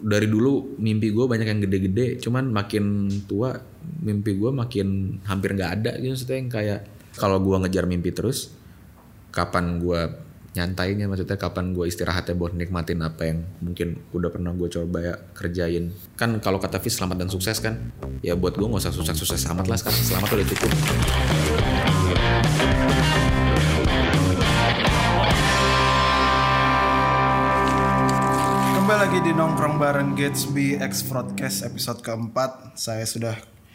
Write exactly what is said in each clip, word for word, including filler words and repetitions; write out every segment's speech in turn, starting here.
dari dulu mimpi gue banyak yang gede-gede, cuman makin tua mimpi gue makin hampir nggak ada gitu. Maksudnya yang kayak kalau gue ngejar mimpi terus, kapan gue nyantainya, maksudnya kapan gue istirahatnya buat nikmatin apa yang mungkin udah pernah gue coba ya kerjain. Kan kalau kata Fis selamat dan sukses kan, ya buat gue nggak usah sukses-sukses amat lah sekarang, selamat udah cukup. Kembali lagi di nongkrong bareng Gatsby X Broadcast episode keempat. Saya sudah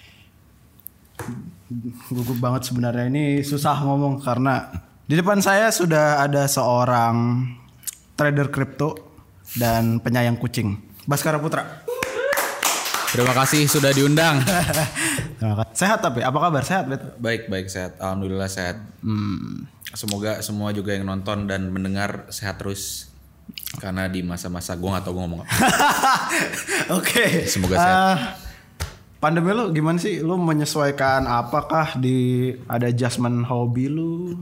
gugup banget sebenarnya, ini susah ngomong karena di depan saya sudah ada seorang trader kripto dan penyayang kucing, Baskara Putra. Terima kasih sudah diundang. Sehat tapi apa kabar? Sehat Bet? Baik baik sehat, alhamdulillah sehat. Hmm. Semoga semua juga yang nonton dan mendengar sehat terus. Karena di masa-masa gue gak tau gue ngomong apa. Oke. Semoga sehat. Uh, pandemi lu gimana sih? Lu menyesuaikan apakah di ada adjustment hobi lu?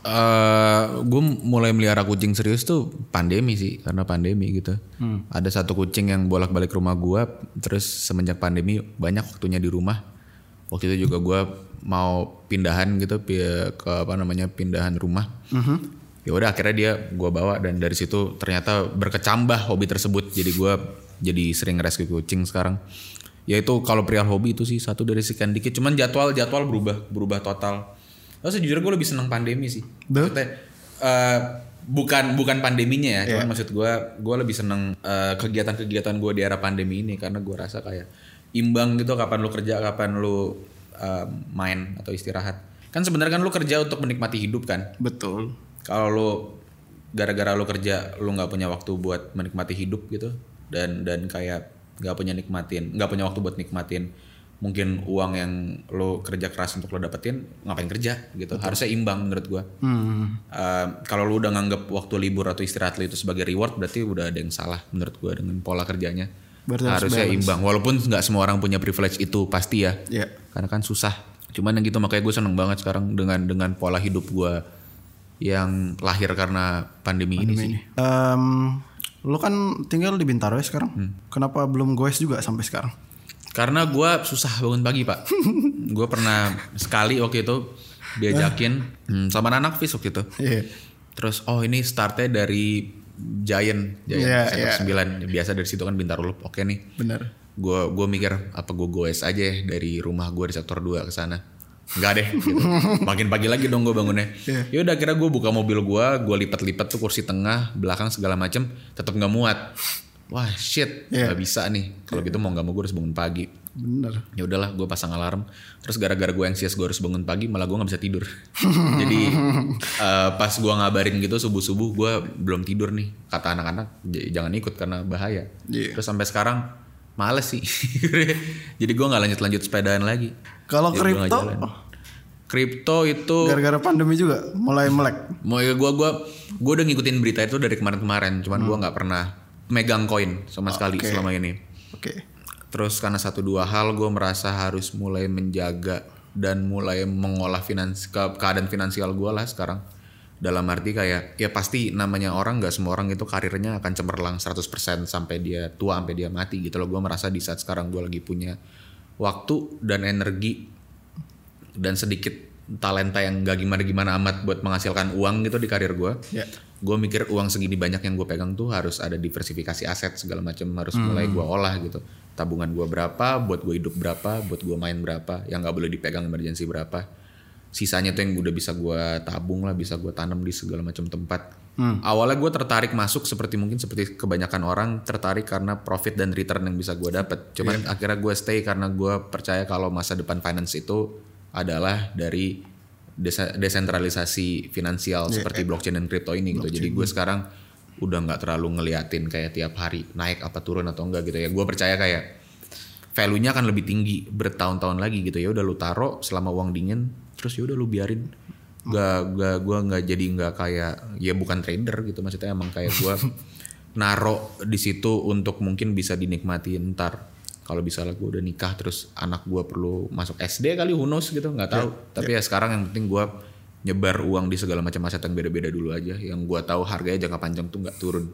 Uh, gue mulai melihara kucing serius tuh pandemi sih, karena pandemi gitu. Hmm. Ada satu kucing yang bolak-balik rumah gue, terus semenjak pandemi banyak waktunya di rumah. Waktu itu juga gue mau pindahan gitu ke apa namanya pindahan rumah. Uh-huh. Ya udah akhirnya dia gue bawa dan dari situ ternyata berkecambah hobi tersebut. Jadi gue jadi sering rescue kucing sekarang. Ya itu kalau perihal hobi itu sih satu dari sekian dikit. Cuman jadwal jadwal berubah berubah total. Lalu sejujurnya gue lebih senang pandemi sih. Maksudnya uh, bukan bukan pandeminya ya. Yeah. Cuman maksud gue gue lebih senang uh, kegiatan-kegiatan gue di era pandemi ini karena gue rasa kayak imbang gitu, kapan lu kerja, kapan lu uh, main atau istirahat. Kan sebenarnya kan lu kerja untuk menikmati hidup kan. Betul. Kalau lu gara-gara lu kerja lu nggak punya waktu buat menikmati hidup gitu dan dan kayak nggak punya nikmatin nggak punya waktu buat nikmatin mungkin uang yang lu kerja keras untuk lu dapetin, ngapain kerja gitu. Betul. Harusnya imbang menurut gua. Hmm. Uh, kalau lu udah nganggep waktu libur atau istirahat lu itu sebagai reward, berarti udah ada yang salah menurut gua dengan pola kerjanya. Berarti harusnya balance. Imbang walaupun nggak semua orang punya privilege itu pasti ya. Yeah. Karena kan susah. Cuman yang gitu makanya gue seneng banget sekarang dengan dengan pola hidup gua yang lahir karena pandemi, pandemi ini sih. Um, lu kan tinggal di Bintaro ya sekarang. Hmm. Kenapa belum goes juga sampai sekarang? Karena gue susah bangun pagi pak. Gue pernah sekali waktu itu diajakin hmm, sama anak Fis waktu itu. Yeah. Terus oh ini startnya dari Giant, Giant yeah, sektor yeah. sembilan. Biasa dari situ kan Bintaro Loop. Oke nih. Bener. Gue gue mikir apa gue goes aja dari rumah gue di sektor dua ke sana. Enggak deh gitu. Makin pagi lagi dong gue bangunnya. Yeah. Ya udah akhirnya gue buka mobil gue, gue lipat-lipat tuh kursi tengah, belakang segala macem, tetap nggak muat. Wah shit, yeah. Gak bisa nih. Kalau yeah. gitu mau nggak mau gue harus bangun pagi. Bener. Ya udahlah, gue pasang alarm. Terus gara-gara gue anxious gue harus bangun pagi, malah gue nggak bisa tidur. Jadi uh, pas gue ngabarin gitu subuh-subuh, gue belum tidur nih. Kata anak-anak jangan ikut karena bahaya. Yeah. Terus sampai sekarang males sih. Jadi gue nggak lanjut-lanjut sepedaan lagi. Kalau kripto, kripto itu gara-gara pandemi juga mulai melek. Mau ya gue gue gue udah ngikutin berita itu dari kemarin-kemarin, cuman hmm. gue nggak pernah megang koin sama sekali okay. selama ini. Oke. Okay. Terus karena satu dua hal gue merasa harus mulai menjaga dan mulai mengolah finansi ke, keadaan finansial gue lah sekarang. Dalam arti kayak ya pasti namanya orang, nggak semua orang itu karirnya akan cemerlang seratus persen sampai dia tua, sampai dia mati gitu loh. Gue merasa di saat sekarang gue lagi punya waktu dan energi dan sedikit talenta yang gak gimana-gimana amat buat menghasilkan uang gitu di karir gue. Yeah. Gue mikir uang segini banyak yang gue pegang tuh harus ada diversifikasi aset segala macam, harus hmm. mulai gue olah gitu. Tabungan gue berapa, buat gue hidup berapa, buat gue main berapa, yang gak boleh dipegang emergency berapa. Sisanya tuh yang udah bisa gue tabung lah, bisa gue tanam di segala macam tempat. Hmm. Awalnya gue tertarik masuk seperti mungkin seperti kebanyakan orang tertarik karena profit dan return yang bisa gue dapet. Cuman yeah. akhirnya gue stay karena gue percaya kalau masa depan finance itu adalah dari desa- desentralisasi finansial yeah. seperti blockchain dan crypto ini blockchain. Gitu. Jadi gue sekarang udah nggak terlalu ngeliatin kayak tiap hari naik apa turun atau enggak gitu ya. Gue percaya kayak value-nya akan lebih tinggi bertahun-tahun lagi gitu ya. Udah lu taruh selama uang dingin, terus ya udah lu biarin. Gak, gak, gue nggak jadi nggak kayak ya bukan trader gitu, maksudnya emang kayak gue naro di situ untuk mungkin bisa dinikmati ntar kalau bisa lah gue udah nikah terus anak gue perlu masuk S D kali, who knows gitu, nggak tahu. Yeah, tapi yeah. ya sekarang yang penting gue nyebar uang di segala macam aset yang beda-beda dulu aja, yang gue tahu harganya jangka panjang tuh nggak turun.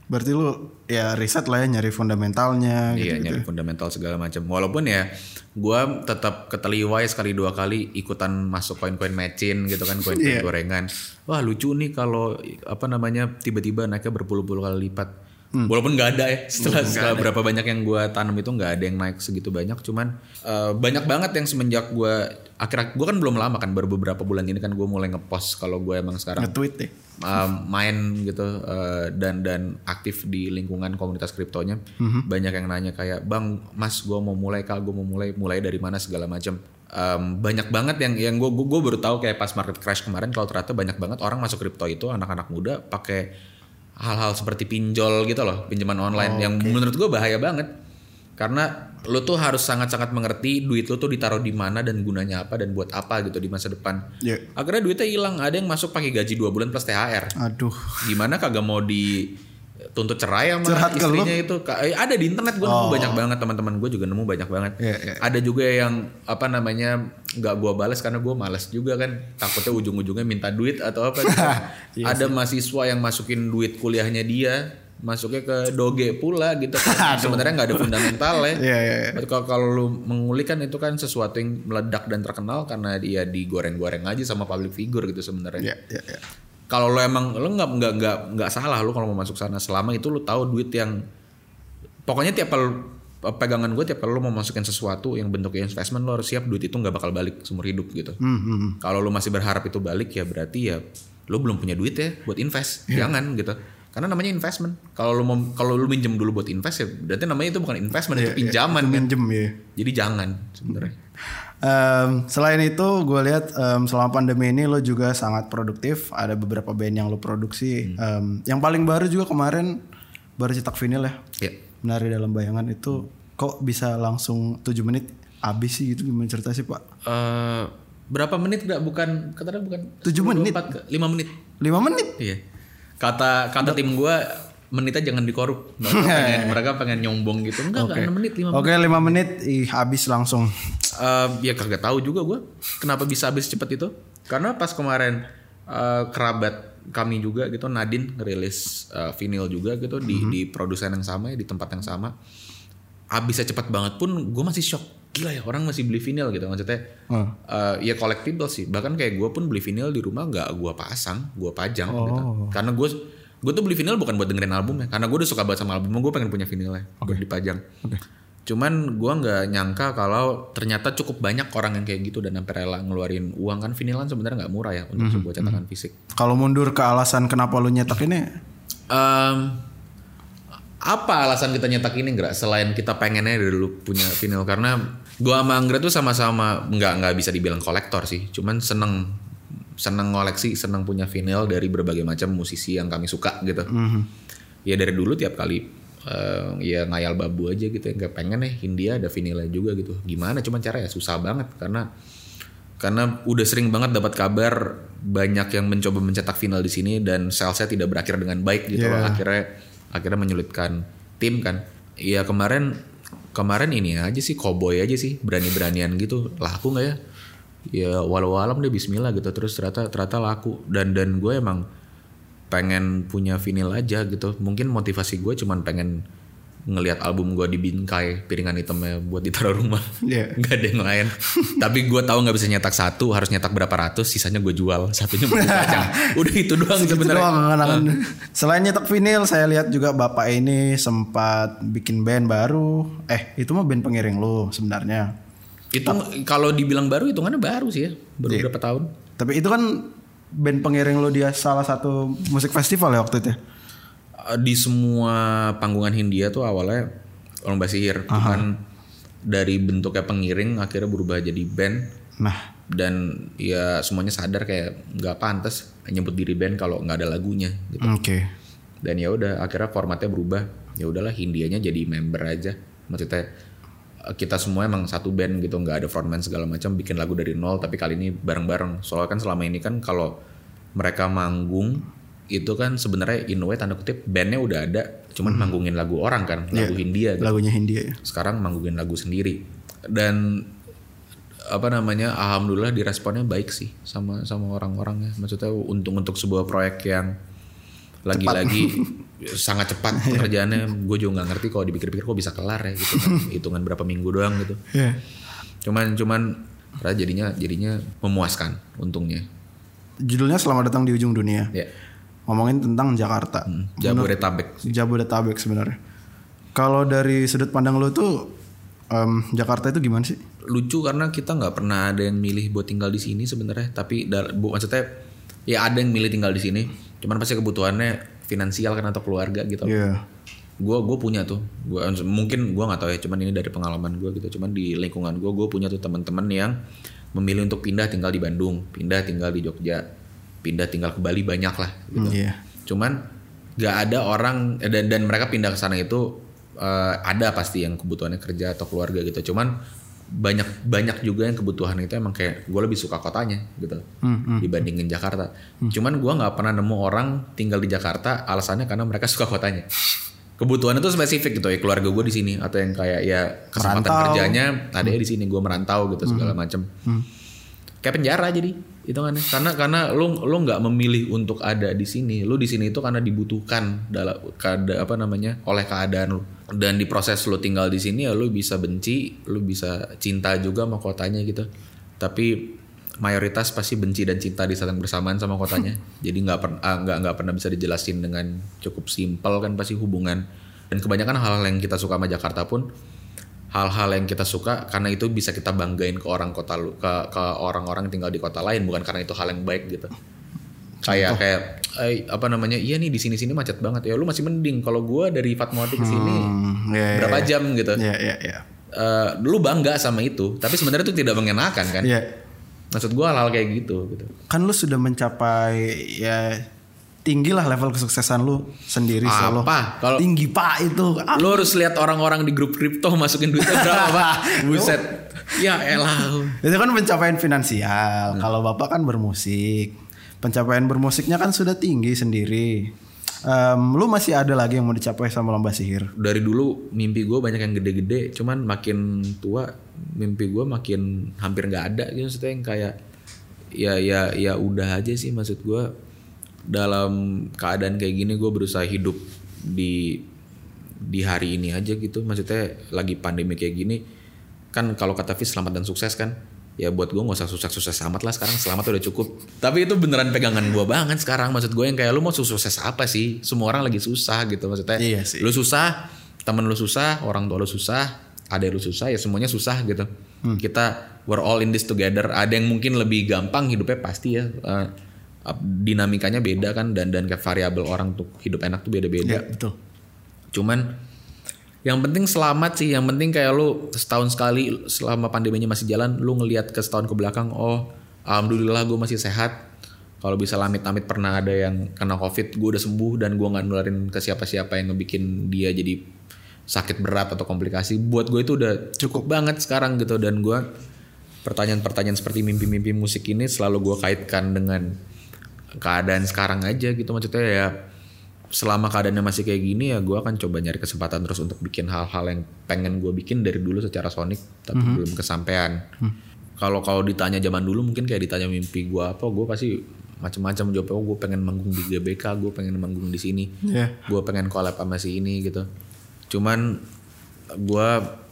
Berarti lu ya riset lah ya, nyari fundamentalnya iya, gitu. Iya, nyari fundamental segala macam. Walaupun ya gue tetap keteliwai sekali dua kali ikutan masuk koin-koin matchin gitu kan, koin-koin yeah. gorengan. Wah lucu nih kalau apa namanya tiba-tiba naiknya berpuluh-puluh kali lipat. Hmm. Walaupun nggak ada ya setelah, setelah berapa banyak yang gue tanam itu nggak ada yang naik segitu banyak. Cuman uh, banyak banget yang semenjak gue akhir gue kan belum lama kan, baru beberapa bulan ini kan gue mulai ngepost kalau gue emang sekarang nge-tweet deh. Uh, main gitu uh, dan dan aktif di lingkungan komunitas kriptonya. Mm-hmm. Banyak yang nanya kayak bang mas gue mau mulai kak gue mau mulai mulai dari mana segala macam. Um, banyak banget yang yang gue gue baru tahu kayak pas market crash kemarin kalau ternyata banyak banget orang masuk kripto itu anak-anak muda pakai hal-hal seperti pinjol gitu loh, pinjaman online. Oh, yang okay. menurut gue bahaya banget karena lo tuh harus sangat-sangat mengerti duit lo tuh ditaruh di mana dan gunanya apa dan buat apa gitu di masa depan. Yeah. Akhirnya duitnya hilang, ada yang masuk pakai gaji dua bulan plus T H R. Aduh. Gimana kagak mau dituntut cerai sama curhat istrinya itu? Ada di internet gue oh. nemu banyak banget, teman-teman gue juga nemu banyak banget. Yeah, yeah. Ada juga yang apa namanya nggak gue balas karena gue malas juga kan, takutnya ujung-ujungnya minta duit atau apa. Yes, ada mahasiswa yang masukin duit kuliahnya dia, masuknya ke doge pula gitu kan. Sebenarnya nggak ada fundamental ya. Yeah, yeah, yeah. Kalau kalau lu mengulik kan itu kan sesuatu yang meledak dan terkenal karena dia digoreng-goreng aja sama public figure gitu sebenarnya. Yeah, yeah, yeah. Kalau lu emang lu nggak nggak nggak nggak salah lu kalau mau masuk sana selama itu lu tahu duit yang pokoknya tiap kalau pegangan gue tiap kalau lu mau masukin sesuatu yang bentuknya investment lu harus siap duit itu nggak bakal balik seumur hidup gitu. Mm-hmm. Kalau lu masih berharap itu balik ya berarti ya lu belum punya duit ya buat invest. Yeah. Jangan gitu. Karena namanya investment. Kalau lu mau kalau lu minjem dulu buat invest ya berarti namanya itu bukan investment, yeah, itu pinjaman yeah, kan. Minjem ya. Jadi jangan sebenarnya. Um, selain itu gue lihat um, selama pandemi ini lo juga sangat produktif. Ada beberapa band yang lo produksi. Hmm. Um, yang paling baru juga kemarin baru cetak vinyl ya. Yeah. Menari dalam bayangan itu kok bisa langsung tujuh menit habis sih gitu, gimana cerita sih Pak? Uh, berapa menit enggak bukan katanya bukan tujuh menit, lima menit. lima menit? Iya. Kata kata tim gue menitnya jangan dikorup. Mereka pengen, mereka pengen nyombong gitu. Enggak, okay. enggak enam menit, lima menit. Oke, okay, lima menit ih habis langsung. Uh, ya kagak tahu juga gue kenapa bisa habis cepat itu. Karena pas kemarin uh, kerabat kami juga gitu Nadine ngerilis uh, vinyl juga gitu di mm-hmm. di produsen yang sama ya, di tempat yang sama. Habisnya cepat banget pun gue masih shock. Gila ya orang masih beli vinyl gitu maksudnya. Mm. Uh, ya collectible sih. Bahkan kayak gue pun beli vinyl di rumah nggak gue pasang, gue pajang oh. gitu. Karena gue gue tuh beli vinyl bukan buat dengerin album ya. Karena gue udah suka banget sama album, gue pengen punya vinylnya okay. buat dipajang. Okay. Cuman gue nggak nyangka kalau ternyata cukup banyak orang yang kayak gitu dan sampai rela ngeluarin uang kan. Vinylan sebenarnya nggak murah ya untuk mm-hmm. sebuah cetakan fisik. Kalau mundur ke alasan kenapa lu nyetak ini? Um, apa alasan kita nyetak ini nggak? Selain kita pengennya dulu punya vinyl, karena gue sama Anggra tuh sama-sama nggak nggak bisa dibilang kolektor sih. Cuman seneng seneng ngoleksi, seneng punya vinyl dari berbagai macam musisi yang kami suka gitu. Mm-hmm. Ya dari dulu tiap kali Uh, ya ngayal babu aja gitu ya, nggak pengen ya Hindia ada vinilnya juga gitu. Gimana cuman cara ya susah banget karena karena udah sering banget dapat kabar banyak yang mencoba mencetak vinyl di sini dan salesnya tidak berakhir dengan baik gitu yeah. loh. Akhirnya akhirnya menyulitkan tim kan. Iya kemarin kemarin ini aja sih cowboy aja sih berani-beranian gitu, laku nggak ya? Ya walau alam deh Bismillah gitu, terus ternyata ternyata laku dan dan gue emang pengen punya vinyl aja gitu. Mungkin motivasi gue cuman pengen ngelihat album gue dibingkai piringan hitamnya buat ditaruh rumah. Yeah. Gak ada yang lain. Tapi gue tahu nggak bisa nyetak satu, harus nyetak berapa ratus, sisanya gue jual, satunya mau dipajang. Udah itu doang sebenarnya. Uh. Selain nyetak vinyl, saya lihat juga bapak ini sempat bikin band baru. Eh itu mah band pengiring lo sebenarnya. Itu kalau dibilang baru hitungannya baru sih ya, baru yeah. berapa tahun. Tapi itu kan band pengiring lo dia salah satu musik festival ya waktu itu. Di semua panggungan Hindia tuh awalnya lomba sihir, cuman dari bentuknya pengiring akhirnya berubah jadi band. Nah, dan ya semuanya sadar kayak nggak pantas nyebut diri band kalau nggak ada lagunya. Gitu. Oke. Okay. Dan ya udah akhirnya formatnya berubah. Ya udahlah Hindianya jadi member aja. Maksudnya kita semua emang satu band gitu, nggak ada frontman segala macam, bikin lagu dari nol tapi kali ini bareng-bareng. Soalnya kan selama ini kan kalau mereka manggung itu kan sebenarnya in a way tanda kutip bandnya udah ada, cuman hmm. manggungin lagu orang kan, lagu yeah, Hindia gitu. Lagunya Hindia ya. Sekarang manggungin lagu sendiri dan apa namanya, alhamdulillah diresponnya baik sih sama sama orang-orangnya. Maksudnya untuk untuk sebuah proyek yang lagi-lagi sangat cepat pekerjaannya. Gue juga nggak ngerti kalau dipikir-pikir kok bisa kelar ya gitu kan. Hitungan berapa minggu doang gitu. Yeah. Cuman cuman jadinya jadinya memuaskan untungnya. Judulnya Selamat Datang di Ujung Dunia. Yeah. Ngomongin tentang Jakarta. Hmm, Jabodetabek. Jabodetabek sebenarnya. Kalau dari sudut pandang lo tuh um, Jakarta itu gimana sih? Lucu karena kita nggak pernah ada yang milih buat tinggal di sini sebenarnya. Tapi bu, maksudnya ya ada yang milih tinggal di sini. Cuman pasti kebutuhannya finansial kan atau keluarga gitu. Iya. Yeah. Gue gue punya tuh. Gua mungkin gue nggak tahu ya. Cuman ini dari pengalaman gue gitu. Cuman di lingkungan gue gue punya tuh teman-teman yang memilih untuk pindah tinggal di Bandung, pindah tinggal di Jogja, pindah tinggal ke Bali banyak lah gitu. Mm, yeah. Cuman nggak ada orang dan dan mereka pindah ke sana itu uh, ada pasti yang kebutuhannya kerja atau keluarga gitu. Cuman banyak banyak juga yang kebutuhan itu emang kayak gue lebih suka kotanya gitu hmm, hmm, dibandingin Jakarta. Hmm. Cuman gue nggak pernah nemu orang tinggal di Jakarta alasannya karena mereka suka kotanya. Kebutuhannya tuh spesifik gitu ya, keluarga gue di sini atau yang kayak ya kesempatan merantau. Kerjanya ada hmm. di sini, gue merantau gitu segala hmm. macam. Hmm. Kayak penjara jadi itu kan karena karena lu lu nggak memilih untuk ada di sini, lu di sini itu karena dibutuhkan dalam keadaan apa namanya oleh keadaan lu. Dan di proses lu tinggal di sini ya lu bisa benci, lu bisa cinta juga sama kotanya gitu. Tapi mayoritas pasti benci dan cinta di saat yang bersamaan sama kotanya. Jadi nggak pernah nggak nggak pernah bisa dijelasin dengan cukup simpel kan pasti hubungan. Dan kebanyakan hal-hal yang kita suka sama Jakarta pun hal-hal yang kita suka karena itu bisa kita banggain ke orang kota lu, ke ke orang-orang yang tinggal di kota lain, bukan karena itu hal yang baik gitu. Kayak kayak eh, apa namanya? Iya nih di sini-sini macet banget. Ya lu masih mending kalau gua dari Fatmawati ke sini hmm, yeah, berapa yeah, jam gitu. Iya iya iya. Uh, lu bangga sama itu, tapi sebenarnya itu tidak mengenakan kan? Iya. Yeah. Maksud gua hal-hal kayak gitu gitu. Kan lu sudah mencapai ya tinggi lah level kesuksesan lu sendiri solo. Apa? Kalau tinggi pak itu. Ah. Lu harus lihat orang-orang di grup kripto masukin duitnya berapa pak? Buset. Ya elah. Itu kan pencapaian finansial. Hmm. Kalau bapak kan bermusik, pencapaian bermusiknya kan sudah tinggi sendiri. Um, lu masih ada lagi yang mau dicapai sama Lomba Sihir? Dari dulu mimpi gue banyak yang gede-gede, cuman makin tua mimpi gue makin hampir nggak ada gitu. Maksudnya yang kayak ya ya ya udah aja sih maksud gue. Dalam keadaan kayak gini gue berusaha hidup di di hari ini aja gitu. Maksudnya lagi pandemi kayak gini kan kalau kata Fis selamat dan sukses kan. Ya buat gue gak usah sukses-sukses amat lah sekarang, selamat udah cukup. Tapi itu beneran pegangan gue banget sekarang. Maksud gue yang kayak lu mau sukses apa sih? Semua orang lagi susah gitu. Maksudnya iya sih. Lu susah, temen lu susah, orang tua lu susah, adek lu susah, ya semuanya susah gitu. hmm. Kita we're all in this together. Ada yang mungkin lebih gampang hidupnya pasti ya, uh, dinamikanya beda kan. Dan dan kayak variabel orang tuh hidup enak tuh beda-beda. Ya, betul. Cuman yang penting selamat sih. Yang penting kayak lu setahun sekali selama pandeminya masih jalan, lu ngelihat ke setahun ke belakang, oh alhamdulillah gue masih sehat. Kalau bisa lamit-lamit pernah ada yang kena covid, gue udah sembuh dan gue gak nularin ke siapa-siapa yang ngebikin dia jadi sakit berat atau komplikasi. Buat gue itu udah cukup banget sekarang gitu. Dan gue pertanyaan-pertanyaan seperti mimpi-mimpi musik ini selalu gue kaitkan dengan keadaan sekarang aja gitu. Maksudnya ya selama keadaannya masih kayak gini ya gue akan coba nyari kesempatan terus untuk bikin hal-hal yang pengen gue bikin dari dulu secara sonik tapi mm-hmm. belum kesampean. Kalau mm. kalau ditanya zaman dulu mungkin kayak ditanya mimpi gue apa, gue pasti macam-macam jawabnya. Oh gue pengen manggung di G B K, gue pengen manggung di sini, yeah. gue pengen collab sama si ini gitu. Cuman gue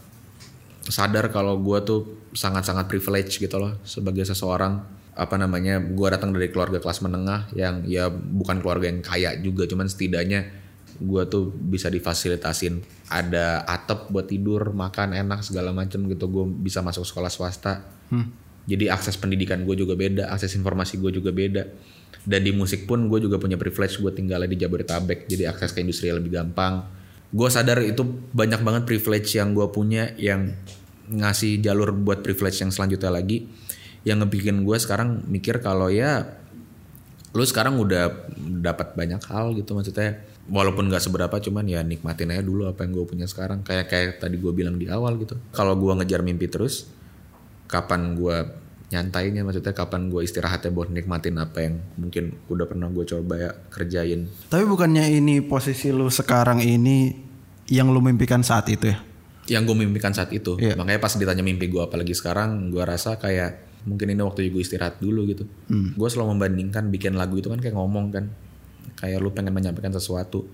sadar kalau gue tuh sangat-sangat privilege gitu loh sebagai seseorang. Apa namanya, gue datang dari keluarga kelas menengah yang ya bukan keluarga yang kaya juga, cuman setidaknya gue tuh bisa difasilitasin ada atap buat tidur, makan enak segala macam gitu. Gue bisa masuk sekolah swasta, hmm. jadi akses pendidikan gue juga beda, akses informasi gue juga beda. Dan di musik pun gue juga punya privilege, gue tinggalnya di Jabodetabek, jadi akses ke industri lebih gampang. Gue sadar itu banyak banget privilege yang gue punya yang ngasih jalur buat privilege yang selanjutnya lagi. Yang ngebikin gue sekarang mikir kalau ya lu sekarang udah dapat banyak hal gitu. Maksudnya walaupun gak seberapa, cuman ya nikmatin aja dulu apa yang gue punya sekarang. Kayak kayak tadi gue bilang di awal gitu, kalau gue ngejar mimpi terus, kapan gue nyantainya? Maksudnya kapan gue istirahatnya buat nikmatin apa yang mungkin udah pernah gue coba ya kerjain. Tapi bukannya ini posisi lu sekarang ini yang lu mimpikan saat itu ya? Yang gue mimpikan saat itu, yeah. Makanya pas ditanya mimpi gue apalagi sekarang, gue rasa kayak mungkin ini waktu gue istirahat dulu gitu. hmm. Gue selalu membandingkan bikin lagu itu kan kayak ngomong kan, kayak lu pengen menyampaikan sesuatu.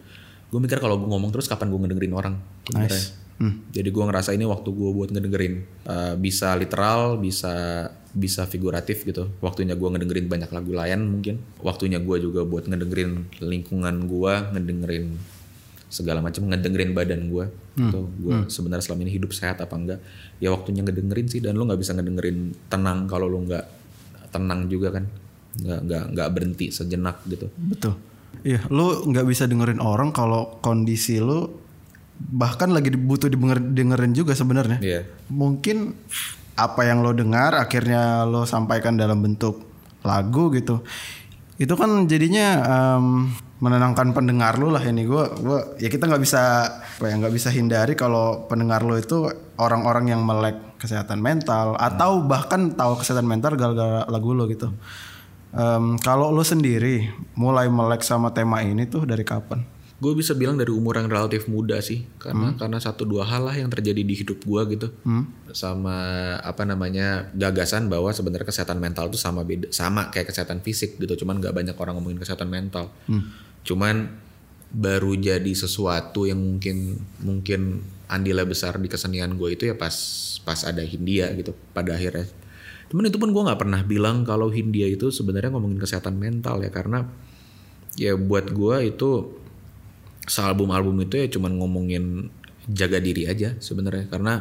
gue mikir kalau gue ngomong terus kapan gue ngedengerin orang. Nice. Hmm. Jadi gue ngerasa ini waktu gue buat ngedengerin, uh, bisa literal, bisa bisa figuratif gitu. Waktunya gue ngedengerin banyak lagu lain mungkin. Waktunya gue juga buat ngedengerin lingkungan gue, ngedengerin segala macam, ngedengerin badan gue. Hmm. Tuh gue hmm. sebenarnya selama ini hidup sehat apa enggak? Ya waktunya ngedengerin sih. Dan lo nggak bisa ngedengerin tenang kalau lo nggak tenang juga kan. Nggak nggak nggak berhenti sejenak gitu. Betul. Iya, lo nggak bisa dengerin orang kalau kondisi lo bahkan lagi butuh didengerin juga sebenarnya. Yeah. Mungkin apa yang lo dengar akhirnya lo sampaikan dalam bentuk lagu gitu. Itu kan jadinya um, menenangkan pendengar lo lah ini. Gue gue ya kita nggak bisa apa ya nggak bisa hindari kalau pendengar lo itu orang-orang yang melek kesehatan mental atau bahkan tahu kesehatan mental gara-gara lagu lo gitu. Um, kalau lo sendiri mulai melek sama tema ini tuh dari kapan? Gue bisa bilang dari umur yang relatif muda sih, karena hmm. karena satu dua hal lah yang terjadi di hidup gue gitu, hmm. sama apa namanya gagasan bahwa sebenarnya kesehatan mental tuh sama beda, sama kayak kesehatan fisik gitu, cuman nggak banyak orang ngomongin kesehatan mental, hmm. cuman baru jadi sesuatu yang mungkin mungkin andilnya besar di kesenian gue itu ya pas pas ada Hindia gitu pada akhirnya. Cuman itu pun gue nggak pernah bilang kalau Hindia itu sebenarnya ngomongin kesehatan mental ya, karena ya buat gue itu sealbum-album itu ya cuman ngomongin jaga diri aja sebenarnya, karena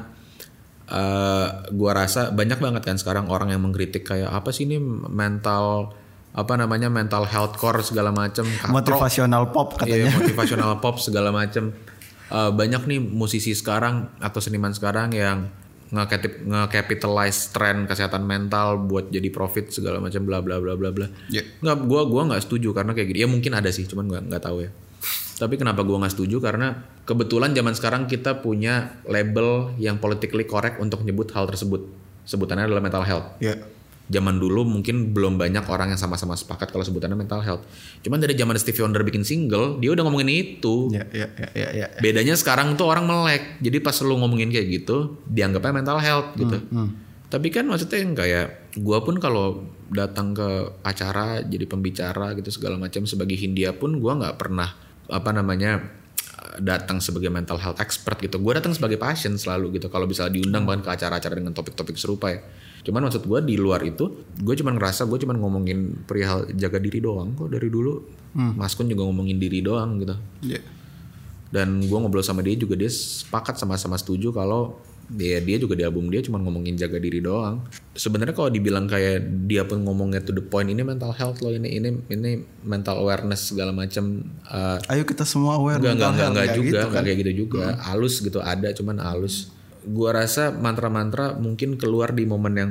uh, gue rasa banyak banget kan sekarang orang yang mengkritik kayak apa sih ini mental apa namanya mental health core segala macam, motivational pop katanya, iya, motivational pop segala macam. Uh, banyak nih musisi sekarang atau seniman sekarang yang nge-capitalize tren kesehatan mental buat jadi profit segala macam bla bla bla bla bla. Yeah. Nggak, gua gua nggak setuju karena kayak gitu. Ya mungkin ada sih, cuman nggak nggak tahu ya. Tapi kenapa gua nggak setuju? Karena kebetulan zaman sekarang kita punya label yang politically correct untuk nyebut hal tersebut. Sebutannya adalah mental health. Yeah. Zaman dulu mungkin belum banyak orang yang sama-sama sepakat kalau sebutannya mental health. Cuman dari zaman Stevie Wonder bikin single, dia udah ngomongin itu. Ya, ya, ya, ya, ya. Bedanya sekarang tuh orang melek. Jadi pas lu ngomongin kayak gitu, dianggapnya mental health gitu. Hmm, hmm. Tapi kan maksudnya yang kayak gua pun kalau datang ke acara jadi pembicara gitu segala macam sebagai Hindia pun gua nggak pernah apa namanya datang sebagai mental health expert gitu. Gua datang sebagai passion selalu gitu. Kalau bisa diundang bahkan ke acara-acara dengan topik-topik serupa ya. Cuman maksud gue di luar itu, gue cuma ngerasa gue cuma ngomongin perihal jaga diri doang kok dari dulu. Hmm. Mas Kun juga ngomongin diri doang gitu. Yeah. Dan gue ngobrol sama dia juga, dia sepakat sama-sama setuju kalau dia dia juga di album dia cuma ngomongin jaga diri doang. Sebenarnya kalau dibilang kayak dia pun ngomongnya to the point, ini mental health loh, ini ini ini mental awareness segala macam. Uh, Ayo kita semua aware. Enggak enggak enggak, enggak juga, gitu kan? Enggak kayak gitu juga. Hmm. Halus gitu ada, cuman halus. Gua rasa mantra-mantra mungkin keluar di momen yang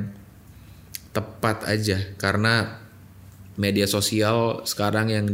tepat aja, karena media sosial sekarang yang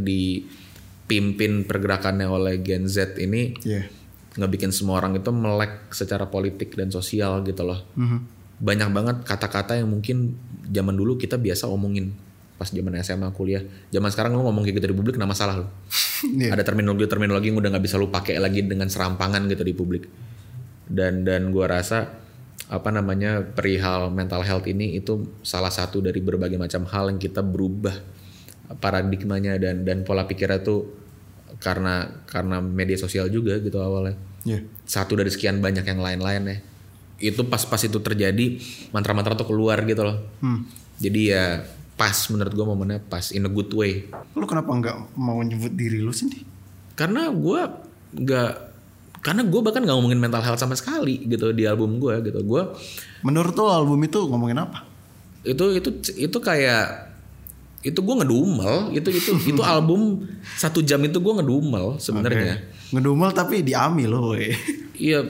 dipimpin pergerakannya oleh Gen Z ini yeah. ngebikin semua orang itu melek secara politik dan sosial gitu loh. Mm-hmm. Banyak banget kata-kata yang mungkin zaman dulu kita biasa omongin pas zaman S M A kuliah. Zaman sekarang lu ngomong kayak gitu di publik, nggak masalah lo. Yeah. Ada terminologi-terminologi yang udah nggak bisa lu pakai lagi dengan serampangan gitu di publik. Dan dan gue rasa apa namanya perihal mental health ini itu salah satu dari berbagai macam hal yang kita berubah paradigmanya dan dan pola pikirnya tuh karena karena media sosial juga gitu awalnya. Yeah. Satu dari sekian banyak yang lain-lain ya. Itu pas-pas itu terjadi mantra-mantra tuh keluar gitu loh. Hmm. Jadi ya pas menurut gue momennya pas in a good way. Lu kenapa nggak mau nyebut diri lu sendiri? Karena gue nggak Karena gue bahkan gak ngomongin mental health sama sekali gitu di album gue gitu. Gue menurut lo album itu ngomongin apa? Itu itu itu kayak itu gue ngedumel. Itu itu itu album satu jam itu gue ngedumel sebenarnya. Okay. Ngedumel tapi diambil loh. Iya.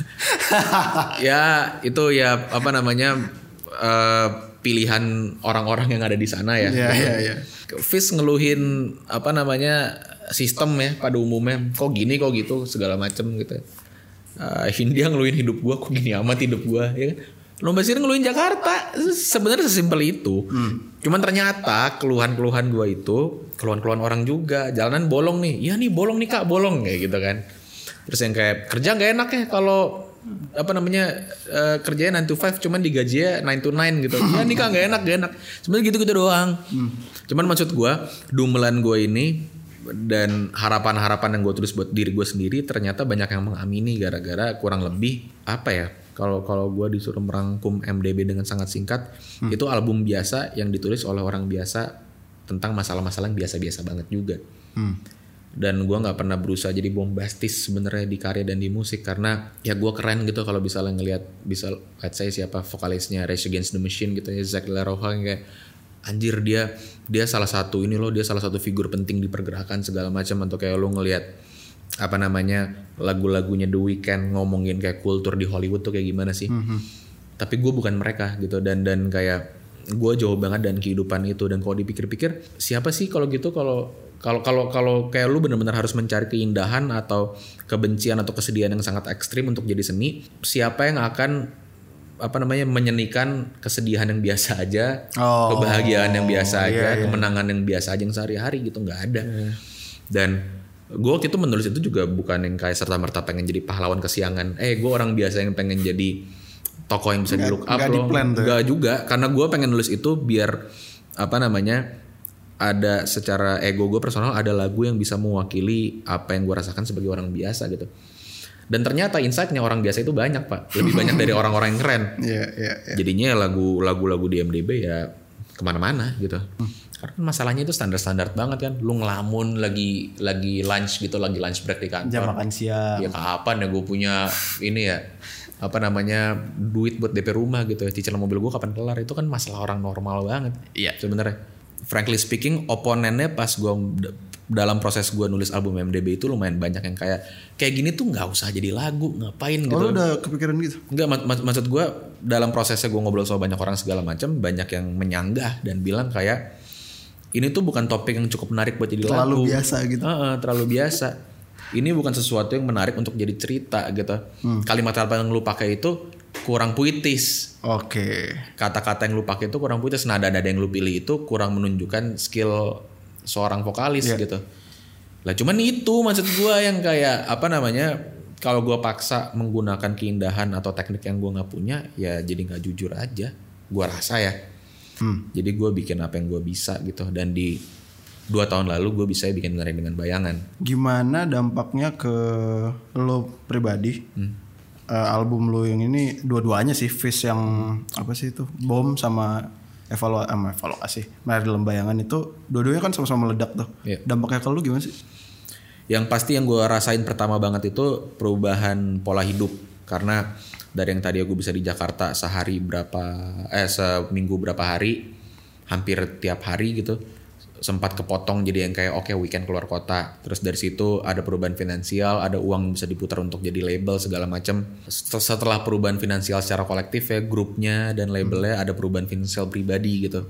Ya itu ya apa namanya uh, pilihan orang-orang yang ada di sana ya. Iya iya iya. Fis ngeluhin apa namanya sistem ya pada umumnya, kok gini kok gitu segala macem gitu. Uh, Hindia ngeluhin hidup gue, kok gini amat hidup gue, ya kan? Lomba Sihir ngeluhin Jakarta, sebenarnya sesimpel itu. Hmm. Cuman ternyata keluhan-keluhan gue itu, keluhan-keluhan orang juga, jalanan bolong nih, ya nih bolong nih kak, bolong kayak gitu kan. Terus yang kayak kerja nggak enak ya kalau apa namanya uh, kerjanya nine to five cuman digajinya nine to nine gitu. Ya nih kak nggak enak, nggak enak. Sebenarnya gitu-gitu doang. Hmm. Cuman maksud gue, dumelan gue ini dan harapan-harapan yang gue tulis buat diri gue sendiri ternyata banyak yang mengamini gara-gara kurang lebih apa ya, kalau kalau gue disuruh merangkum M D B dengan sangat singkat, hmm. itu album biasa yang ditulis oleh orang biasa tentang masalah-masalah yang biasa-biasa banget juga. Hmm. Dan gue nggak pernah berusaha jadi bombastis sebenarnya di karya dan di musik, karena ya gue keren gitu kalau bisa ngelihat bisa let's say siapa vokalisnya Rage Against the Machine gitu ya, Zach De La Rocha, yang kayak anjir dia dia salah satu ini loh, dia salah satu figur penting di pergerakan segala macam. Atau kayak lo ngelihat apa namanya lagu-lagunya The Weeknd ngomongin kayak kultur di Hollywood tuh kayak gimana sih. Mm-hmm. Tapi gue bukan mereka gitu, dan dan kayak gue jauh banget dan kehidupan itu. Dan kalau dipikir-pikir siapa sih kalau gitu, kalau kalau kalau kalau kayak lu benar-benar harus mencari keindahan atau kebencian atau kesedihan yang sangat ekstrim untuk jadi seni, siapa yang akan apa namanya menyenikan kesedihan yang biasa aja, oh, kebahagiaan yang biasa aja, iya, iya. kemenangan yang biasa aja yang sehari-hari gitu, nggak ada. Iya. Dan gue waktu itu menulis itu juga bukan yang kayak serta-merta pengen jadi pahlawan kesiangan. Eh gue orang biasa yang pengen jadi tokoh yang bisa di look up loh. Nggak juga, karena gue pengen nulis itu biar apa namanya ada secara ego gue personal, ada lagu yang bisa mewakili apa yang gue rasakan sebagai orang biasa gitu. Dan ternyata insight-nya orang biasa itu banyak pak, lebih banyak dari orang-orang yang keren. Yeah, yeah, yeah. Jadinya lagu lagu-lagu di M D B ya kemana-mana gitu. Hmm. Karena masalahnya itu standar-standar banget kan. Lu ngelamun lagi lagi lunch gitu, lagi lunch break di kantor. Jam makan siang. Ya kapan ya gue punya ini ya apa namanya duit buat D P rumah gitu. Cicilan mobil gue kapan kelar, itu kan masalah orang normal banget. Iya. Yeah. Sebenarnya. Frankly speaking, oponennya pas gue dalam proses gue nulis album M D B itu lumayan banyak yang kayak kayak gini tuh nggak usah jadi lagu, ngapain gitu. Oh, udah kepikiran gitu? Nggak, mak- mak- maksud gue dalam prosesnya gue ngobrol sama banyak orang segala macam, banyak yang menyanggah dan bilang kayak ini tuh bukan topik yang cukup menarik buat jadi terlalu lagu. Terlalu biasa gitu. Uh-uh, terlalu biasa. Ini bukan sesuatu yang menarik untuk jadi cerita gitu. Hmm. Kalimat-kalimat yang lu pakai itu kurang puitis. Oke. Okay. Kata-kata yang lu pakai itu kurang puitis. Nada-nada yang lu pilih itu kurang menunjukkan skill seorang vokalis yeah. gitu. Lah cuman itu maksud gue yang kayak apa namanya, kalau gue paksa menggunakan keindahan atau teknik yang gue nggak punya, ya jadi nggak jujur aja. Gue rasa ya. Hmm. Jadi gue bikin apa yang gue bisa gitu. Dan di dua tahun lalu gue bisa bikin Ngeri Dengan Bayangan. Gimana dampaknya ke lo pribadi? Hmm. Uh, album lo yang ini dua-duanya sih, Fish yang hmm. apa sih itu, Bom sama Evaluasi, eh, evaluasi, Mari Dalam Bayangan itu dua-duanya kan sama-sama meledak tuh. Yeah. Dampaknya ke lu gimana sih? Yang pasti yang gue rasain pertama banget itu perubahan pola hidup. Karena dari yang tadi gue bisa di Jakarta sehari berapa, eh seminggu berapa hari, hampir tiap hari gitu, sempat kepotong jadi yang kayak oke okay, weekend keluar kota. Terus dari situ ada perubahan finansial, ada uang yang bisa diputar untuk jadi label segala macam. Setelah perubahan finansial secara kolektif ya, grupnya dan labelnya, hmm. ada perubahan finansial pribadi gitu.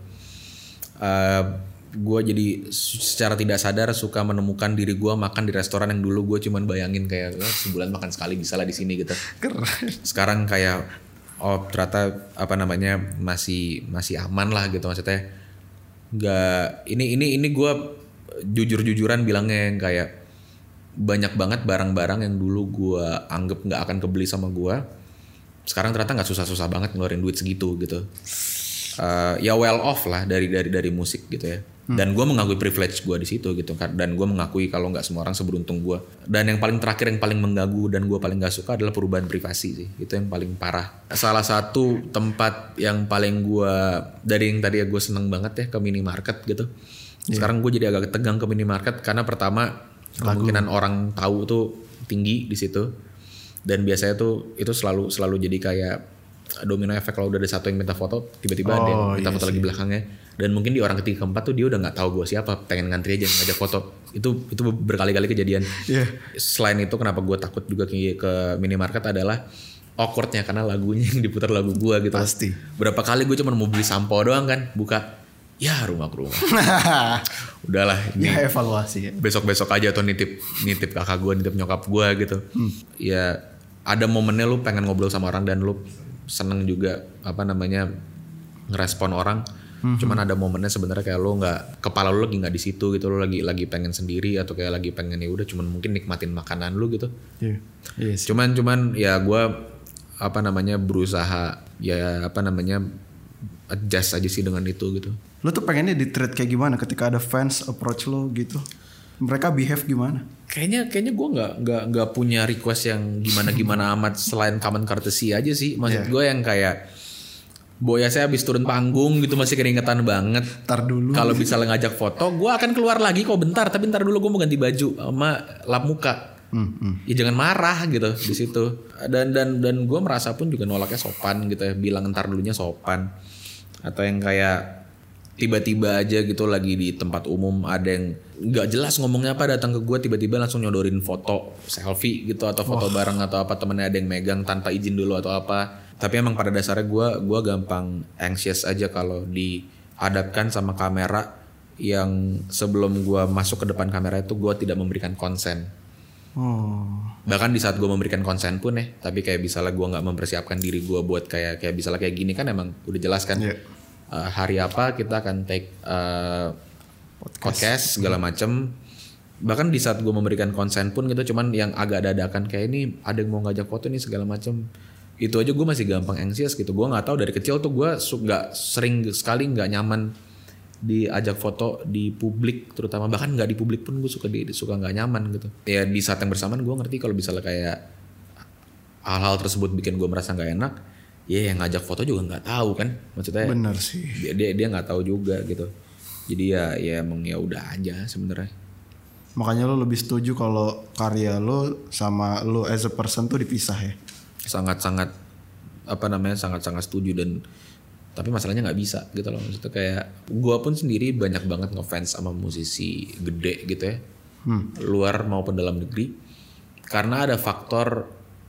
Uh, gue jadi secara tidak sadar suka menemukan diri gue makan di restoran yang dulu gue cuman bayangin kayak oh, sebulan makan sekali bisa lah di sini gitu. Sekarang kayak oh ternyata apa namanya masih masih aman lah gitu, maksudnya. Gak, ini ini ini gue jujur-jujuran bilangnya yang kayak banyak banget barang-barang yang dulu gue anggap nggak akan kebeli sama gue, sekarang ternyata nggak susah-susah banget ngeluarin duit segitu gitu. Uh, ya well off lah dari dari dari musik gitu ya. Hmm. Dan gue mengakui privilege gue di situ gitu kan. Dan gue mengakui kalau nggak semua orang seberuntung gue. Dan yang paling terakhir yang paling mengganggu dan gue paling nggak suka adalah perubahan privasi sih. Itu yang paling parah. Salah satu tempat yang paling gue dari yang tadi ya gue seneng banget ya ke minimarket gitu. Yeah. Sekarang gue jadi agak tegang ke minimarket karena pertama kemungkinan orang tahu tuh tinggi di situ. Dan biasanya tuh itu selalu selalu jadi kayak domino efek, kalau udah ada satu yang minta foto tiba-tiba oh, ada yang minta iya foto sih. Lagi belakangnya, dan mungkin di orang ketiga keempat tuh dia udah nggak tahu gue siapa, pengen ngantri aja ngajak foto. Itu itu berkali-kali kejadian. Yeah. Selain itu kenapa gue takut juga ke, ke minimarket adalah awkwardnya karena lagunya yang diputar lagu gue gitu. Pasti. Berapa kali gue cuma mau beli sampo doang kan, buka ya rumah ke rumah. Udahlah. Ini ya evaluasi. Ya. Besok-besok aja tuh nitip nitip kakak gue, nitip nyokap gue gitu. Hmm. Ya ada momennya lu pengen ngobrol sama orang dan lu seneng juga apa namanya ngerespon orang. Mm-hmm. Cuman ada momennya sebenarnya kayak lo nggak, kepala lo lagi nggak di situ gitu, lo lagi lagi pengen sendiri atau kayak lagi pengen ya udah cuman mungkin nikmatin makanan lo gitu. Yeah. Yes. Cuman cuman ya gue apa namanya berusaha ya apa namanya adjust aja sih dengan itu gitu. Lo tuh pengennya di treat kayak gimana ketika ada fans approach lo gitu? Mereka behave gimana? Kayaknya kayaknya gue nggak nggak nggak punya request yang gimana gimana amat selain common courtesy aja sih. Maksud yeah. gue yang kayak Boya saya habis turun panggung gitu masih keringetan banget. Ntar dulu. Kalau bisa ngajak foto, gue akan keluar lagi kok bentar. Tapi ntar dulu gue mau ganti baju sama lap muka. Hmm, hmm. Ya jangan marah gitu di situ. Dan dan dan gue merasa pun juga nolaknya sopan gitu ya. Bilang ntar dulunya sopan. Atau yang kayak tiba-tiba aja gitu lagi di tempat umum ada yang nggak jelas ngomongnya apa datang ke gue tiba-tiba langsung nyodorin foto selfie gitu atau foto oh. bareng atau apa temennya ada yang megang tanpa izin dulu atau apa. Tapi emang pada dasarnya gue gue gampang anxious aja kalau dihadapkan sama kamera yang sebelum gue masuk ke depan kamera itu gue tidak memberikan konsen. Oh. Bahkan di saat gue memberikan konsen pun ya, tapi kayak misalnya gue nggak mempersiapkan diri gue buat kayak kayak misalnya kayak gini kan emang udah jelas kan. Yeah. Uh, hari apa kita akan take uh, podcast. podcast segala macem. Bahkan di saat gue memberikan konsen pun gitu, cuman yang agak dadakan kayak ini ada yang mau ngajak foto nih segala macem. Itu aja gue masih gampang anxious gitu. Gue nggak tahu dari kecil tuh gue nggak sering sekali nggak nyaman diajak foto di publik, terutama bahkan nggak di publik pun gue suka di suka nggak nyaman gitu. Ya di saat yang bersamaan gue ngerti kalau misalnya kayak hal-hal tersebut bikin gue merasa nggak enak. Ya yang ngajak foto juga nggak tahu kan, maksudnya. Bener sih. Dia dia dia nggak tahu juga gitu. Jadi ya ya emang ya udah aja sebenarnya. Makanya lo lebih setuju kalau karya lo sama lo as a person tuh dipisah ya? Sangat-sangat apa namanya sangat-sangat setuju dan tapi masalahnya nggak bisa gitu loh. Maksudnya kayak gue pun sendiri banyak banget ngefans sama musisi gede gitu ya, hmm. luar maupun dalam negeri, karena ada faktor.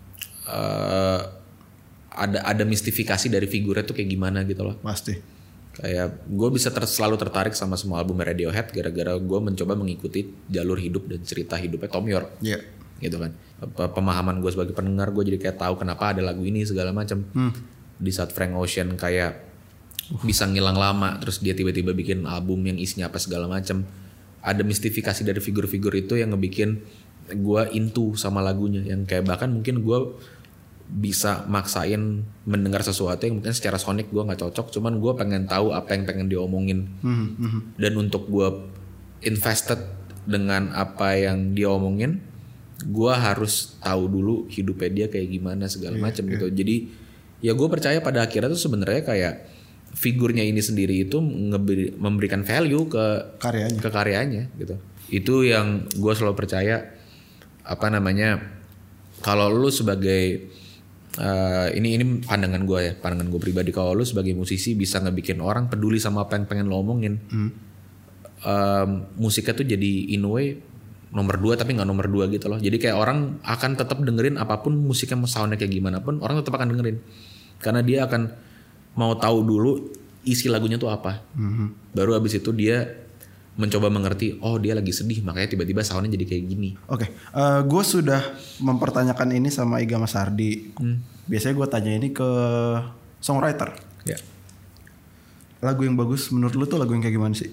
Uh, ada ada mistifikasi dari figurnya tuh kayak gimana gitu loh. Pasti. Kayak gue bisa ter, selalu tertarik sama semua album Radiohead gara-gara gue mencoba mengikuti jalur hidup dan cerita hidupnya Thom Yorke. Iya. Yeah. Gitu kan. Pemahaman gue sebagai pendengar gue jadi kayak tahu kenapa ada lagu ini segala macam. Hmm. Di saat Frank Ocean kayak uh. bisa ngilang lama terus dia tiba-tiba bikin album yang isinya apa segala macam. Ada mistifikasi dari figur-figur itu yang ngebikin gue into sama lagunya yang kayak bahkan mungkin gue bisa maksain mendengar sesuatu yang mungkin secara sonik gue nggak cocok, cuman gue pengen tahu apa yang pengen diomongin. Mm-hmm. Dan untuk gue invested dengan apa yang dia omongin, gue harus tahu dulu hidupnya dia kayak gimana segala yeah, macam yeah. gitu. Jadi ya gue percaya pada akhirnya tuh sebenarnya kayak figurnya ini sendiri itu ngeberi, memberikan value ke karyanya. ke karyanya gitu. Itu yang gue selalu percaya. Apa namanya? Kalau lu sebagai Uh, ini ini pandangan gue ya, pandangan gue pribadi. Kalau lu sebagai musisi bisa ngebikin orang peduli sama apa yang pengen lo omongin, hmm. um, musiknya tuh jadi in a way nomor dua tapi nggak nomor dua gitu loh. Jadi kayak orang akan tetap dengerin apapun musiknya mau soundnya kayak gimana pun orang tetap akan dengerin karena dia akan mau tahu dulu isi lagunya tuh apa. Hmm. Baru abis itu dia mencoba mengerti, oh dia lagi sedih makanya tiba-tiba soundnya jadi kayak gini. Oke, okay. uh, gue sudah mempertanyakan ini sama Iga Mas Ardi. Hmm. Biasanya gue tanya ini ke songwriter. Ya. Lagu yang bagus menurut lu tuh lagu yang kayak gimana sih?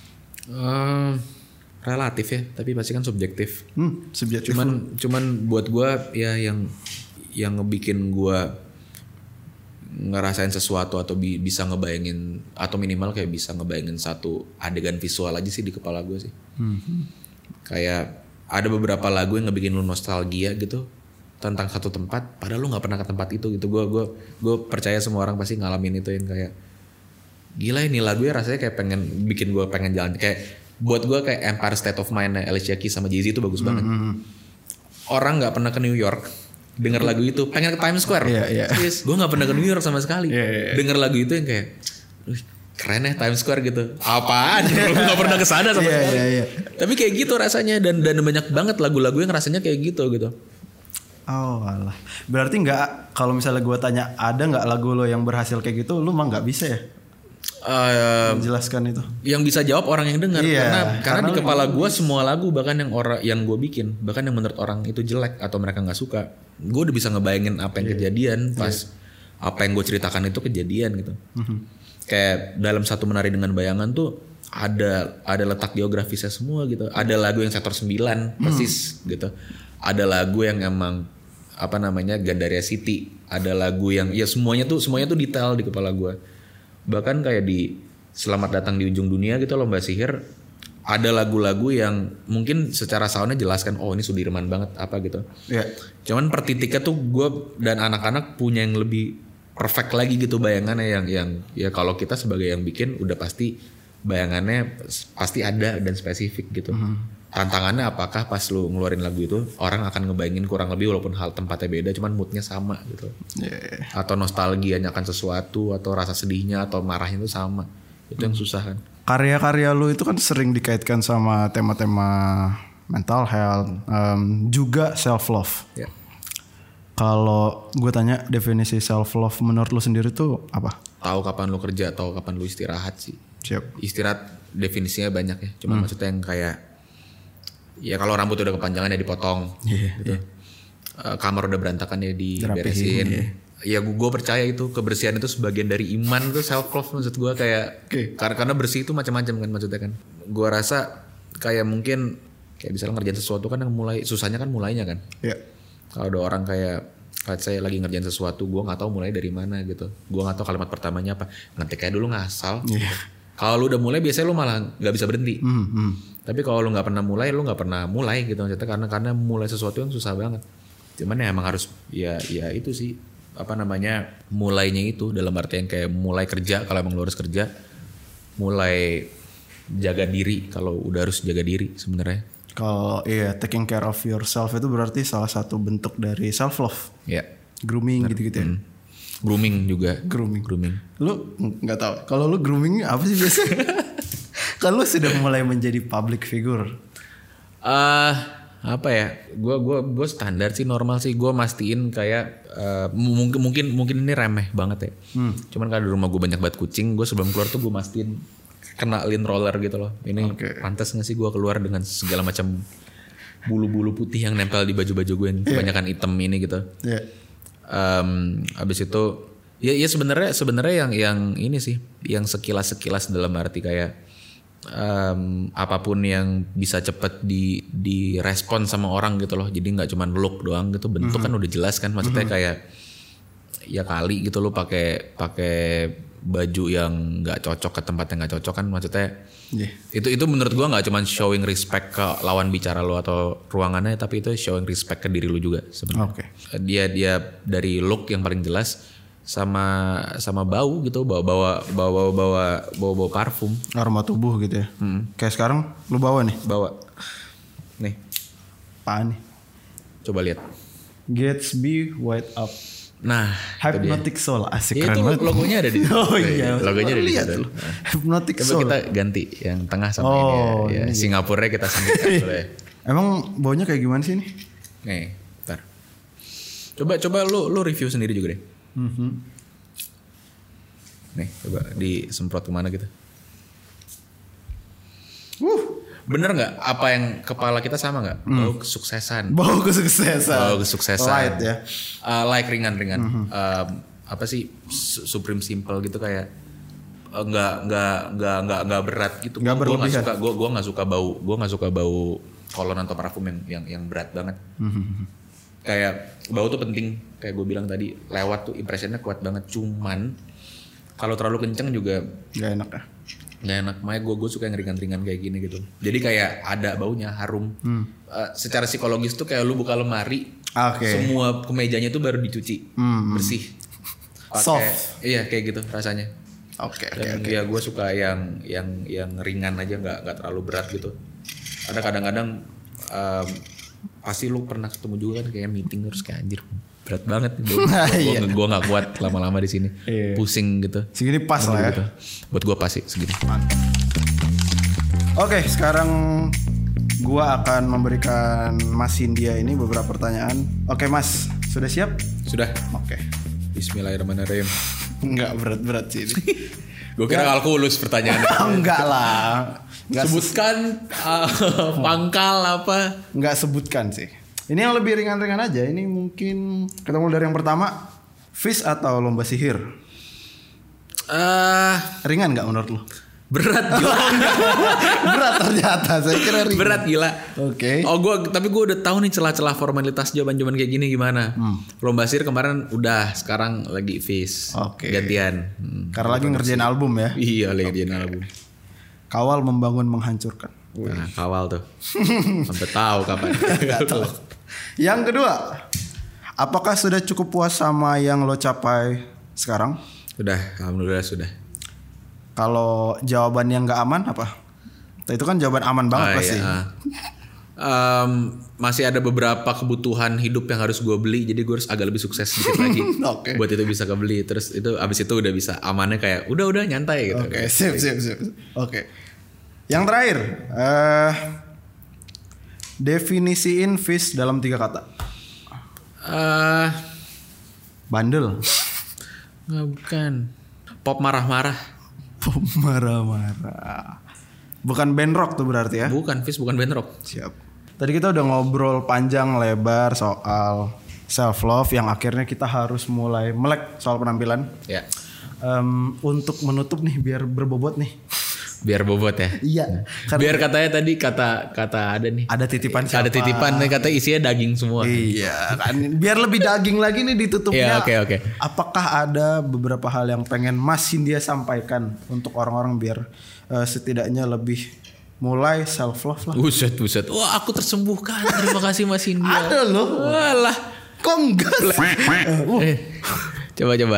Uh, relatif ya, tapi pasti kan subjektif. Hmm, subjektif. Cuman, cuman buat gue ya yang yang ngebikin gue ngerasain sesuatu atau bi- bisa ngebayangin atau minimal kayak bisa ngebayangin satu adegan visual aja sih di kepala gue sih. Hmm. Kayak ada beberapa lagu yang ngebikin lu nostalgia gitu tentang satu tempat, padahal lu nggak pernah ke tempat itu gitu. Gue gue gue percaya semua orang pasti ngalamin itu yang kayak gila ini lagu ya rasanya kayak pengen bikin gue pengen jalan. Kayak buat gue kayak Empire State of Mind Alicia Keys sama Jay-Z itu bagus hmm. banget. Orang nggak pernah ke New York dengar lagu itu pengen ke Times Square. Iya, iya. Yes, gue nggak pernah ke New York sama sekali. Yeah, yeah, yeah. Dengar lagu itu yang kayak keren ya Times Square gitu. Apaan? Gue nggak pernah ke sana sama yeah, sekali. Yeah, yeah. Tapi kayak gitu rasanya dan dan banyak banget lagu-lagu yang rasanya kayak gitu gitu. Oh alah. Berarti nggak kalau misalnya gue tanya ada nggak lagu lo yang berhasil kayak gitu, lu mah nggak bisa ya? Uh, menjelaskan itu. Yang bisa jawab orang yang dengar iya, karena karena, karena di kepala gue bisa. Semua lagu bahkan yang orang yang gue bikin bahkan yang menurut orang itu jelek atau mereka nggak suka, gue udah bisa ngebayangin apa yang yeah. kejadian pas yeah. apa yang gue ceritakan itu kejadian gitu. Mm-hmm. Kayak dalam satu menari dengan bayangan tuh ada ada letak geografisnya semua gitu. Ada lagu yang sektor sembilan persis mm. gitu. Ada lagu yang emang apa namanya Gandaria City. Ada lagu yang ya semuanya tuh semuanya tuh detail di kepala gue. Bahkan kayak di Selamat Datang di Ujung Dunia gitu lomba sihir ada lagu-lagu yang mungkin secara soundnya jelaskan oh ini Sudirman banget apa gitu. Yeah. Cuman per titiknya tuh gue dan anak-anak punya yang lebih perfect lagi gitu bayangannya yang yang ya kalau kita sebagai yang bikin udah pasti bayangannya pasti ada dan spesifik gitu. Mm-hmm. Tantangannya apakah pas lu ngeluarin lagu itu orang akan ngebayangin kurang lebih walaupun hal tempatnya beda cuman moodnya sama gitu. Yeah. Atau nostalgianya akan sesuatu atau rasa sedihnya atau marahnya itu sama. Itu yang susah kan. Karya-karya lu itu kan sering dikaitkan sama tema-tema mental health, um, juga self love. Yeah. Kalau gue tanya definisi self love menurut lu sendiri tuh apa? Tahu kapan lu kerja, tahu kapan lu istirahat sih. Siap. Istirahat definisinya banyak ya. Cuma hmm. maksudnya yang kayak ya kalau rambut udah kepanjangan ya dipotong. Yeah, gitu. Yeah. Uh, kamar udah berantakan ya diberesin. Yeah. Ya gue percaya itu kebersihan itu sebagian dari iman tuh self love maksud gue kayak okay. karena karena bersih itu macam-macam kan maksudnya kan. Gue rasa kayak mungkin kayak misalnya ngerjain sesuatu kan yang mulai susahnya kan mulainya kan. Iya. Yeah. Kalau ada orang kayak kayak saya lagi ngerjain sesuatu gue nggak tahu mulai dari mana gitu. Gue nggak tahu kalimat pertamanya apa. Nanti kayak dulu ngasal. Iya. Yeah. Kalau lu udah mulai biasanya lu malah nggak bisa berhenti. Mm, mm. Tapi kalau lu nggak pernah mulai lu nggak pernah mulai gitu maksudnya karena karena mulai sesuatu yang susah banget. Cuman ya emang harus ya ya itu sih apa namanya mulainya itu dalam arti yang kayak mulai kerja kalau emang lu harus kerja, mulai jaga diri kalau udah harus jaga diri sebenarnya. Kalau iya taking care of yourself itu berarti salah satu bentuk dari self love. Iya. Yeah. Grooming gitu-gitu ya. Hmm. Grooming juga. Grooming. Grooming. Lu nggak tahu. Kalau lu grooming apa sih biasanya? Kalau lu sudah mulai menjadi public figure. Ah uh, apa ya? Gue gue gue standar sih normal sih. Gue mastiin kayak uh, mungkin mungkin mungkin ini remeh banget ya. Hmm. Cuman kalau di rumah gue banyak banget kucing. Gue sebelum keluar tuh gue mastiin kenalin roller gitu loh. Ini okay. Pantas nggak sih gue keluar dengan segala macam bulu-bulu putih yang nempel di baju-baju gue yang yeah. kebanyakan hitam ini gitu. Yeah. Um, abis itu ya ya sebenarnya sebenarnya yang yang ini sih yang sekilas sekilas dalam arti kayak um, apapun yang bisa cepet di direspon sama orang gitu loh, jadi nggak cuma look doang gitu, bentuk mm-hmm. kan udah jelas kan maksudnya mm-hmm. kayak ya kali gitu lo pakai pakai baju yang nggak cocok ke tempat yang nggak cocok kan maksudnya yeah. itu itu menurut gua nggak cuma showing respect ke lawan bicara lo atau ruangannya, tapi itu showing respect ke diri lo juga sebenarnya. Okay. Dia dia dari look yang paling jelas sama sama bau gitu, bawa bawa bawa bawa bawa bawa parfum, aroma tubuh gitu ya. Hmm. Kayak sekarang lo bawa nih, bawa nih, apaan nih? Coba lihat. Gatsby White Up. Nah, Hypnotic Soul asik ya, keren banget. Itu logonya ada di situ. Oh iya, logonya ada di situ. Hypnotic Coba Soul. Kita ganti yang tengah sama oh, ini ya. ya ini Singapura kita sambungkan boleh. Emang baunya kayak gimana sih ini? Nih, bentar. Coba coba lu lu review sendiri juga deh. Mm-hmm. Nih, coba disemprot kemana gitu. Uh. Bener nggak apa yang kepala kita sama nggak? Hmm. Bau kesuksesan. Bau kesuksesan. Bau kesuksesan. Light ya. Uh, like ringan-ringan. Mm-hmm. Uh, apa sih supreme simple gitu kayak uh, nggak nggak nggak nggak nggak berat gitu. Gue nggak suka. Gue gue nggak suka bau. Gue nggak suka bau kolon atau parfum yang yang yang berat banget. Mm-hmm. Kayak bau tuh penting. Kayak gue bilang tadi lewat tuh impressionnya kuat banget. Cuman kalau terlalu kenceng juga nggak enak ya. Gak enak, makanya gue gue suka yang ringan-ringan kayak gini gitu. Jadi kayak ada baunya, harum. Hmm. Uh, secara psikologis tuh kayak lu buka lemari, okay. semua kemejanya tuh baru dicuci, hmm. bersih. Pake, soft. Iya kayak gitu rasanya. Oke. Okay, okay, okay. Ya gue suka yang yang yang ringan aja, nggak nggak terlalu berat gitu. Ada kadang-kadang um, pasti lu pernah ketemu juga kan kayak meeting terus kayak anjir berat banget gue gue gue nggak kuat lama-lama di sini iya. Pusing gitu segini pas lah ya gitu. Buat gue pas sih segini. Oke sekarang gue akan memberikan Mas Hindia ini beberapa pertanyaan. Oke Mas sudah siap? Sudah. Oke. Bismillahirrahmanirrahim. Nggak berat-berat sih ini. Gue kira kalkulus pertanyaannya. Enggak lah. Nggak sebutkan uh, pangkal apa? Nggak sebutkan sih. Ini yang lebih ringan-ringan aja. Ini mungkin kita mulai dari yang pertama. Fish atau lomba sihir? Uh, ringan nggak menurut lo? Berat gila. Berat ternyata. Saya kira ringan. Berat gila. Oke. Okay. Oh gue tapi gue udah tahu nih celah-celah formalitas jawaban-jawaban kayak gini gimana. Hmm. Lomba sihir kemarin udah, sekarang lagi fish. Oke. Okay. Gantian. Hmm. Karena lagi ngerjain album ya? Iya lagi ngerjain okay. album. Kawal membangun menghancurkan. Nah, kawal tuh. Sampai tahu kapan. tahu. Yang kedua, apakah sudah cukup puas sama yang lo capai sekarang? Sudah, alhamdulillah sudah. Kalau jawaban yang nggak aman apa? Itu kan jawaban aman banget oh, pasti. Iya. Um, masih ada beberapa kebutuhan hidup yang harus gue beli, jadi gue harus agak lebih sukses sedikit lagi. Okay. Buat itu bisa kebeli. Terus itu abis itu udah bisa amannya kayak udah udah nyantai gitu. Oke, okay, sip sip sip. Oke. Okay. Yang terakhir, uh, definisiin fish dalam tiga kata. Uh, Bandel. Nggak, bukan. Pop marah-marah. Pop marah-marah. Bukan band rock tuh berarti ya? Bukan, Fish bukan band rock. Siap. Tadi kita udah ngobrol panjang lebar soal self love yang akhirnya kita harus mulai melek soal penampilan. Ya. Um, untuk menutup nih biar berbobot nih. Biar bobot ya. Iya. Biar katanya tadi kata kata ada nih. Ada titipan siapa? Ada titipan nih kata isinya daging semua. Iya kan. Biar lebih daging lagi nih ditutupnya. Iya oke okay, oke. Okay. Apakah ada beberapa hal yang pengen Mas Hindia sampaikan untuk orang-orang biar uh, setidaknya lebih mulai self love lah. Buset buset. Wah aku tersembuhkan. Terima kasih Mas Hindia. Ada loh. Walah. Kok enggak? eh, coba coba.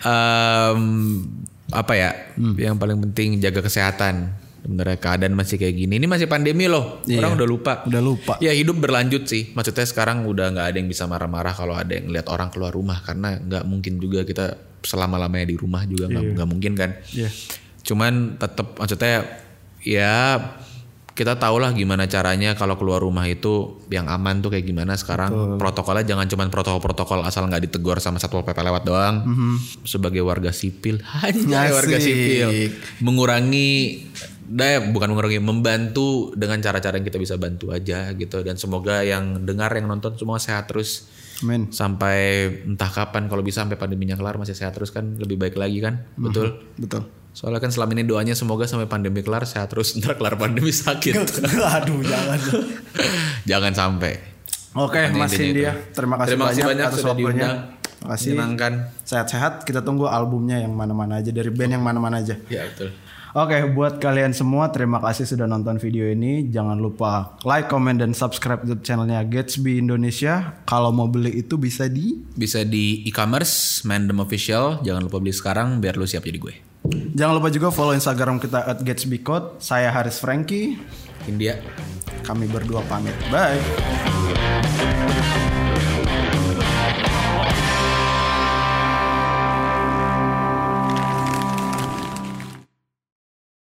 Um, apa ya hmm. yang paling penting jaga kesehatan. Sebenarnya keadaan masih kayak gini, ini masih pandemi loh, iya. Orang udah lupa udah lupa ya hidup berlanjut sih, maksudnya sekarang udah nggak ada yang bisa marah-marah kalau ada yang lihat orang keluar rumah, karena nggak mungkin juga kita selama-lamanya di rumah juga nggak yeah. mungkin kan yeah. Cuman tetap maksudnya ya kita tahu lah gimana caranya kalau keluar rumah itu yang aman tuh kayak gimana sekarang. Betul. Protokolnya jangan cuma protokol-protokol asal nggak ditegur sama Satpol P P lewat doang. Mm-hmm. Sebagai warga sipil, hanya warga sipil mengurangi, daya bukan mengurangi, membantu dengan cara-cara yang kita bisa bantu aja gitu. Dan semoga yang dengar yang nonton semua sehat terus. Amin. Sampai entah kapan, kalau bisa sampai pandeminya kelar masih sehat terus kan lebih baik lagi kan. Mm-hmm. Betul. Betul. Soalnya kan selama ini doanya semoga sampai pandemi kelar sehat terus, ntar kelar pandemi sakit. Aduh jangan. Jangan sampai. Oke Mas Hindia, terima kasih terima banyak, banyak atas sudah waktunya. diundang. Terima kasih. Menyenangkan. Sehat-sehat, kita tunggu albumnya yang mana-mana aja, dari band yang mana-mana aja. Ya betul. Oke, buat kalian semua terima kasih sudah nonton video ini. Jangan lupa like, comment, dan subscribe YouTube channelnya Gatsby Indonesia. Kalau mau beli itu bisa di bisa di e-commerce Mandem Official. Jangan lupa beli sekarang biar lu siap jadi gue. Jangan lupa juga follow Instagram kita at Gatsby Code. Saya Haris Franky. Hindia. Kami berdua pamit. Bye.